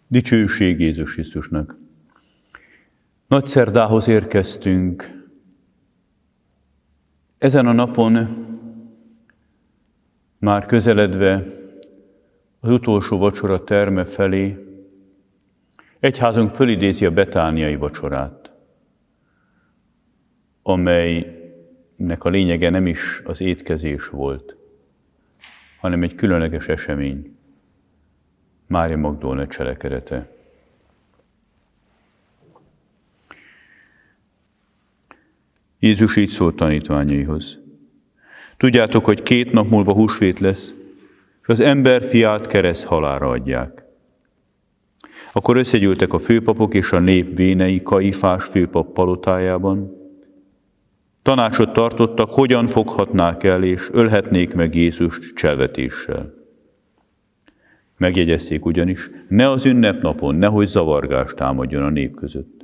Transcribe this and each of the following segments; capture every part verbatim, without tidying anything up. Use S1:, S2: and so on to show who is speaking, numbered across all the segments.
S1: Dicsőség Jézus Krisztusnak! Nagyszerdához érkeztünk. Ezen a napon már közeledve az utolsó vacsora terme felé egyházunk fölidézi a betániai vacsorát, amelynek a lényege nem is az étkezés volt, hanem egy különleges esemény, Mária Magdolna cselekedete. Jézus így szólt tanítványaihoz. Tudjátok, hogy két nap múlva húsvét lesz, és az ember fiát kereszt halálra adják. Akkor összegyűltek a főpapok és a nép vénei Kaifás főpap palotájában. Tanácsot tartottak, hogyan foghatnák el és ölhetnék meg Jézust cselvetéssel. Megjegyezték ugyanis, ne az ünnepnapon, nehogy zavargást támadjon a nép között.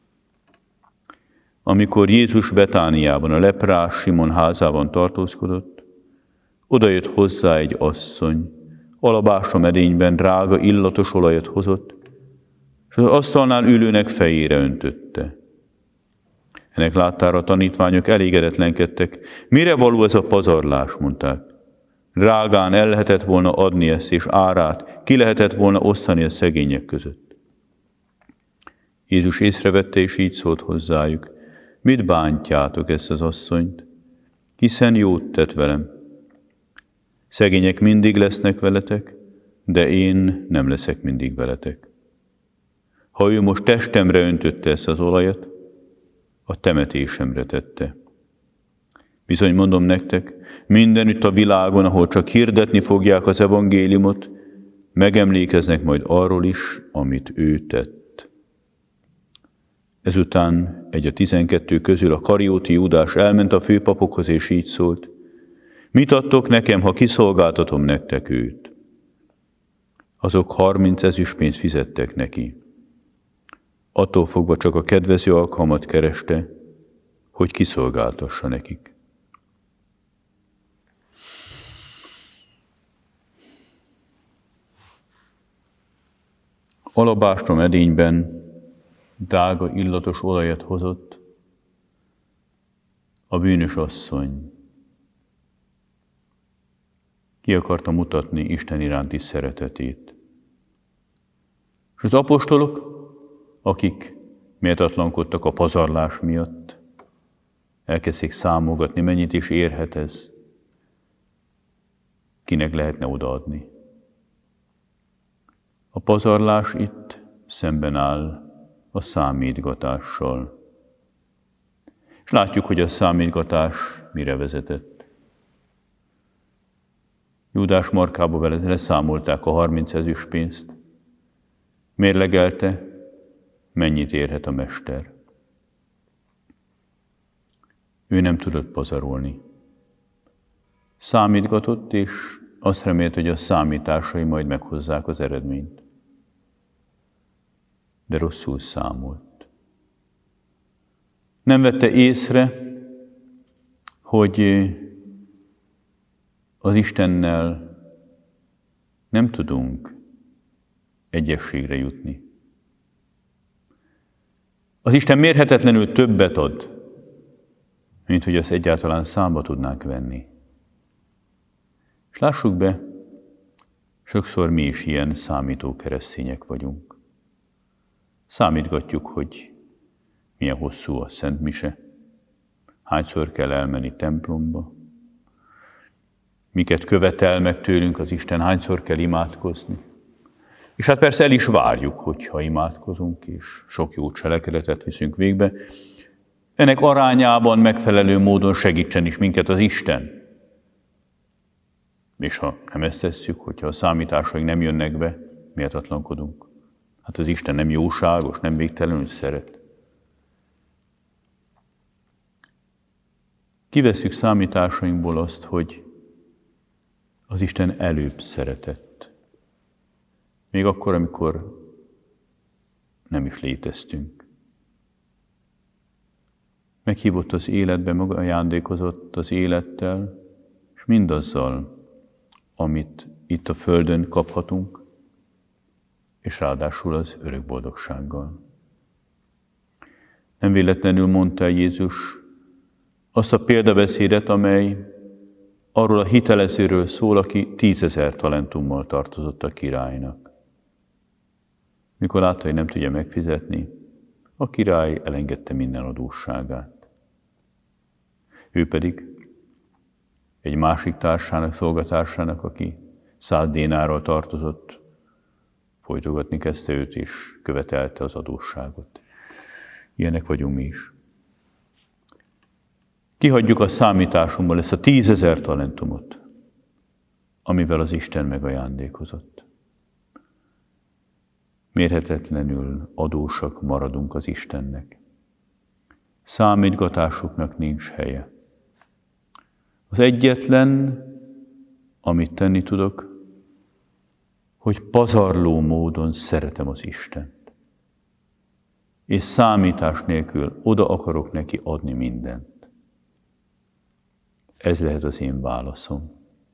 S1: Amikor Jézus Betániában, a leprás Simon házában tartózkodott, odajött hozzá egy asszony, alabástra medényben drága illatos olajat hozott, és az asztalnál ülőnek fejére öntötte. Ennek láttára a tanítványok elégedetlenkedtek. Mire való ez a pazarlás, mondták. Drágán el lehetett volna adni ezt, és árát ki lehetett volna osztani a szegények között. Jézus észrevette, és így szólt hozzájuk. Mit bántjátok ezt az asszonyt? Hiszen jót tett velem. Szegények mindig lesznek veletek, de én nem leszek mindig veletek. Ha ő most testemre öntötte ezt az olajat, a temetésemre tette. Bizony mondom nektek, mindenütt a világon, ahol csak hirdetni fogják az evangéliumot, megemlékeznek majd arról is, amit ő tett. Ezután egy a tizenkettő közül a karióti Júdás elment a főpapokhoz, és így szólt, mit adtok nekem, ha kiszolgáltatom nektek őt? Azok harminc ezüstpénzt fizettek neki. Attól fogva csak a kedvező alkalmat kereste, hogy kiszolgáltassa nekik. Alabástra medényben drága illatos olajat hozott a bűnös asszony. Ki akarta mutatni Isten iránti szeretetét. És az apostolok, akik méltatlankodtak a pazarlás miatt, elkezdték számolgatni, mennyit is érhet ez, kinek lehetne odaadni. A pazarlás itt szemben áll a számítgatással. És látjuk, hogy a számítgatás mire vezetett. Júdás markába vele leszámolták a harminc ezüstpénzt. Mérlegelte, mennyit érhet a mester. Ő nem tudott pazarolni. Számítgatott, és azt remélt, hogy a számításai majd meghozzák az eredményt. De rosszul számolt. Nem vette észre, hogy az Istennel nem tudunk egyességre jutni. Az Isten mérhetetlenül többet ad, mint hogy azt egyáltalán számba tudnánk venni. És lássuk be, sokszor mi is ilyen számító keresztények vagyunk. Számítgatjuk, hogy milyen hosszú a Szent Mise, hányszor kell elmenni templomba, miket követel meg tőlünk az Isten, hányszor kell imádkozni. És hát persze el is várjuk, hogyha imádkozunk, és sok jó cselekedetet viszünk végbe. Ennek arányában megfelelő módon segítsen is minket az Isten. És ha nem ezt tesszük, hogyha a számításaink nem jönnek be, méltatlankodunk. Hát az Isten nem jóságos, nem végtelenül szeret. Kivesszük számításainkból azt, hogy az Isten előbb szeretett. Még akkor, amikor nem is léteztünk. Meghívott az életbe, maga ajándékozott az élettel, és mindazzal, amit itt a földön kaphatunk, és ráadásul az örök boldogsággal. Nem véletlenül mondta Jézus azt a példabeszédet, amely arról a hitelezőről szól, aki tízezer talentummal tartozott a királynak. Mikor látta, hogy nem tudja megfizetni, a király elengedte minden adósságát. Ő pedig egy másik társának, szolgatársának, aki száz dénárral tartozott, folytogatni kezdte őt, és követelte az adósságot. Ilyenek vagyunk mi is. Kihagyjuk a számításunkból ezt a tízezer talentumot, amivel az Isten megajándékozott. Mérhetetlenül adósak maradunk az Istennek. Számítgatásuknak nincs helye. Az egyetlen, amit tenni tudok, hogy pazarló módon szeretem az Istent. És számítás nélkül oda akarok neki adni mindent. Ez lehet az én válaszom.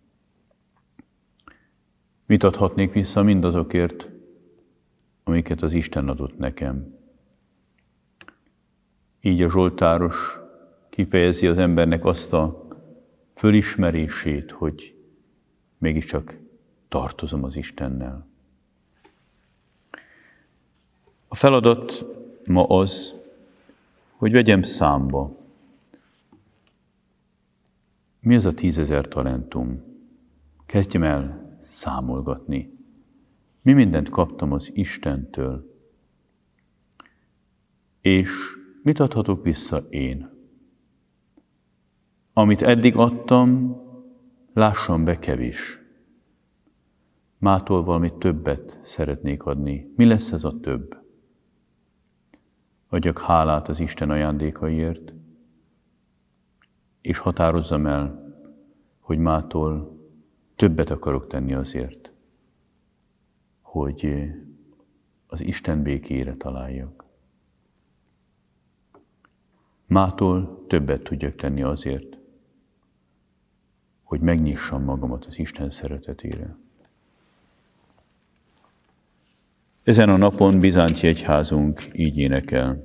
S1: Mit adhatnék vissza mindazokért, amiket az Isten adott nekem? Így a zsoltáros kifejezi az embernek azt a fölismerését, hogy mégiscsak tartozom az Istennel. A feladat ma az, hogy vegyem számba, mi az a tízezer talentum. Kezdjem el számolgatni. Mi mindent kaptam az Istentől, és mit adhatok vissza én? Amit eddig adtam, lássam be, kevés. Mától valami többet szeretnék adni. Mi lesz ez a több? Adjak hálát az Isten ajándékaiért, és határozzam el, hogy mától többet akarok tenni azért, hogy az Isten békéjére találjak. Mától többet tudjak tenni azért, hogy megnyissam magamat az Isten szeretetére. Ezen a napon Bizánci egyházunk így énekel.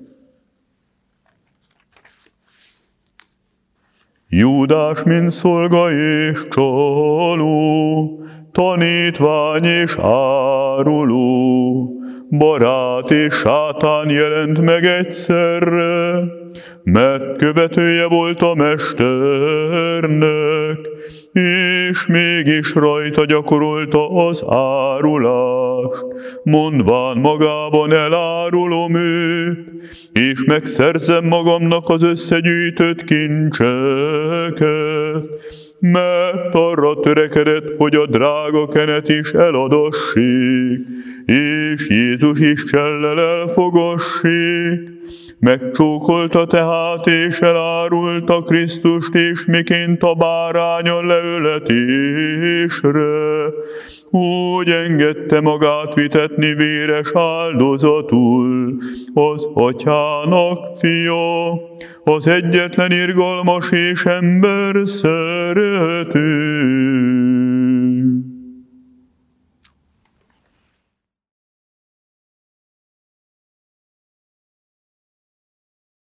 S1: Júdás, mint szolga és csaló, tanítvány és áruló, barát és sátán jelent meg egyszerre, mert követője volt a mesternek, és mégis rajta gyakorolta az árulást, mondván magában elárulom őt, és megszerzem magamnak az összegyűjtött kincseket, mert arra törekedett, hogy a drága kenet is eladassék, és Jézus is csellel elfogassék. Megcsókolta tehát, és elárulta Krisztust, és miként a bárány a leöletésre, úgy engedte magát vitetni véres áldozatul, az Atyának fia, az egyetlen irgalmas és ember szerető.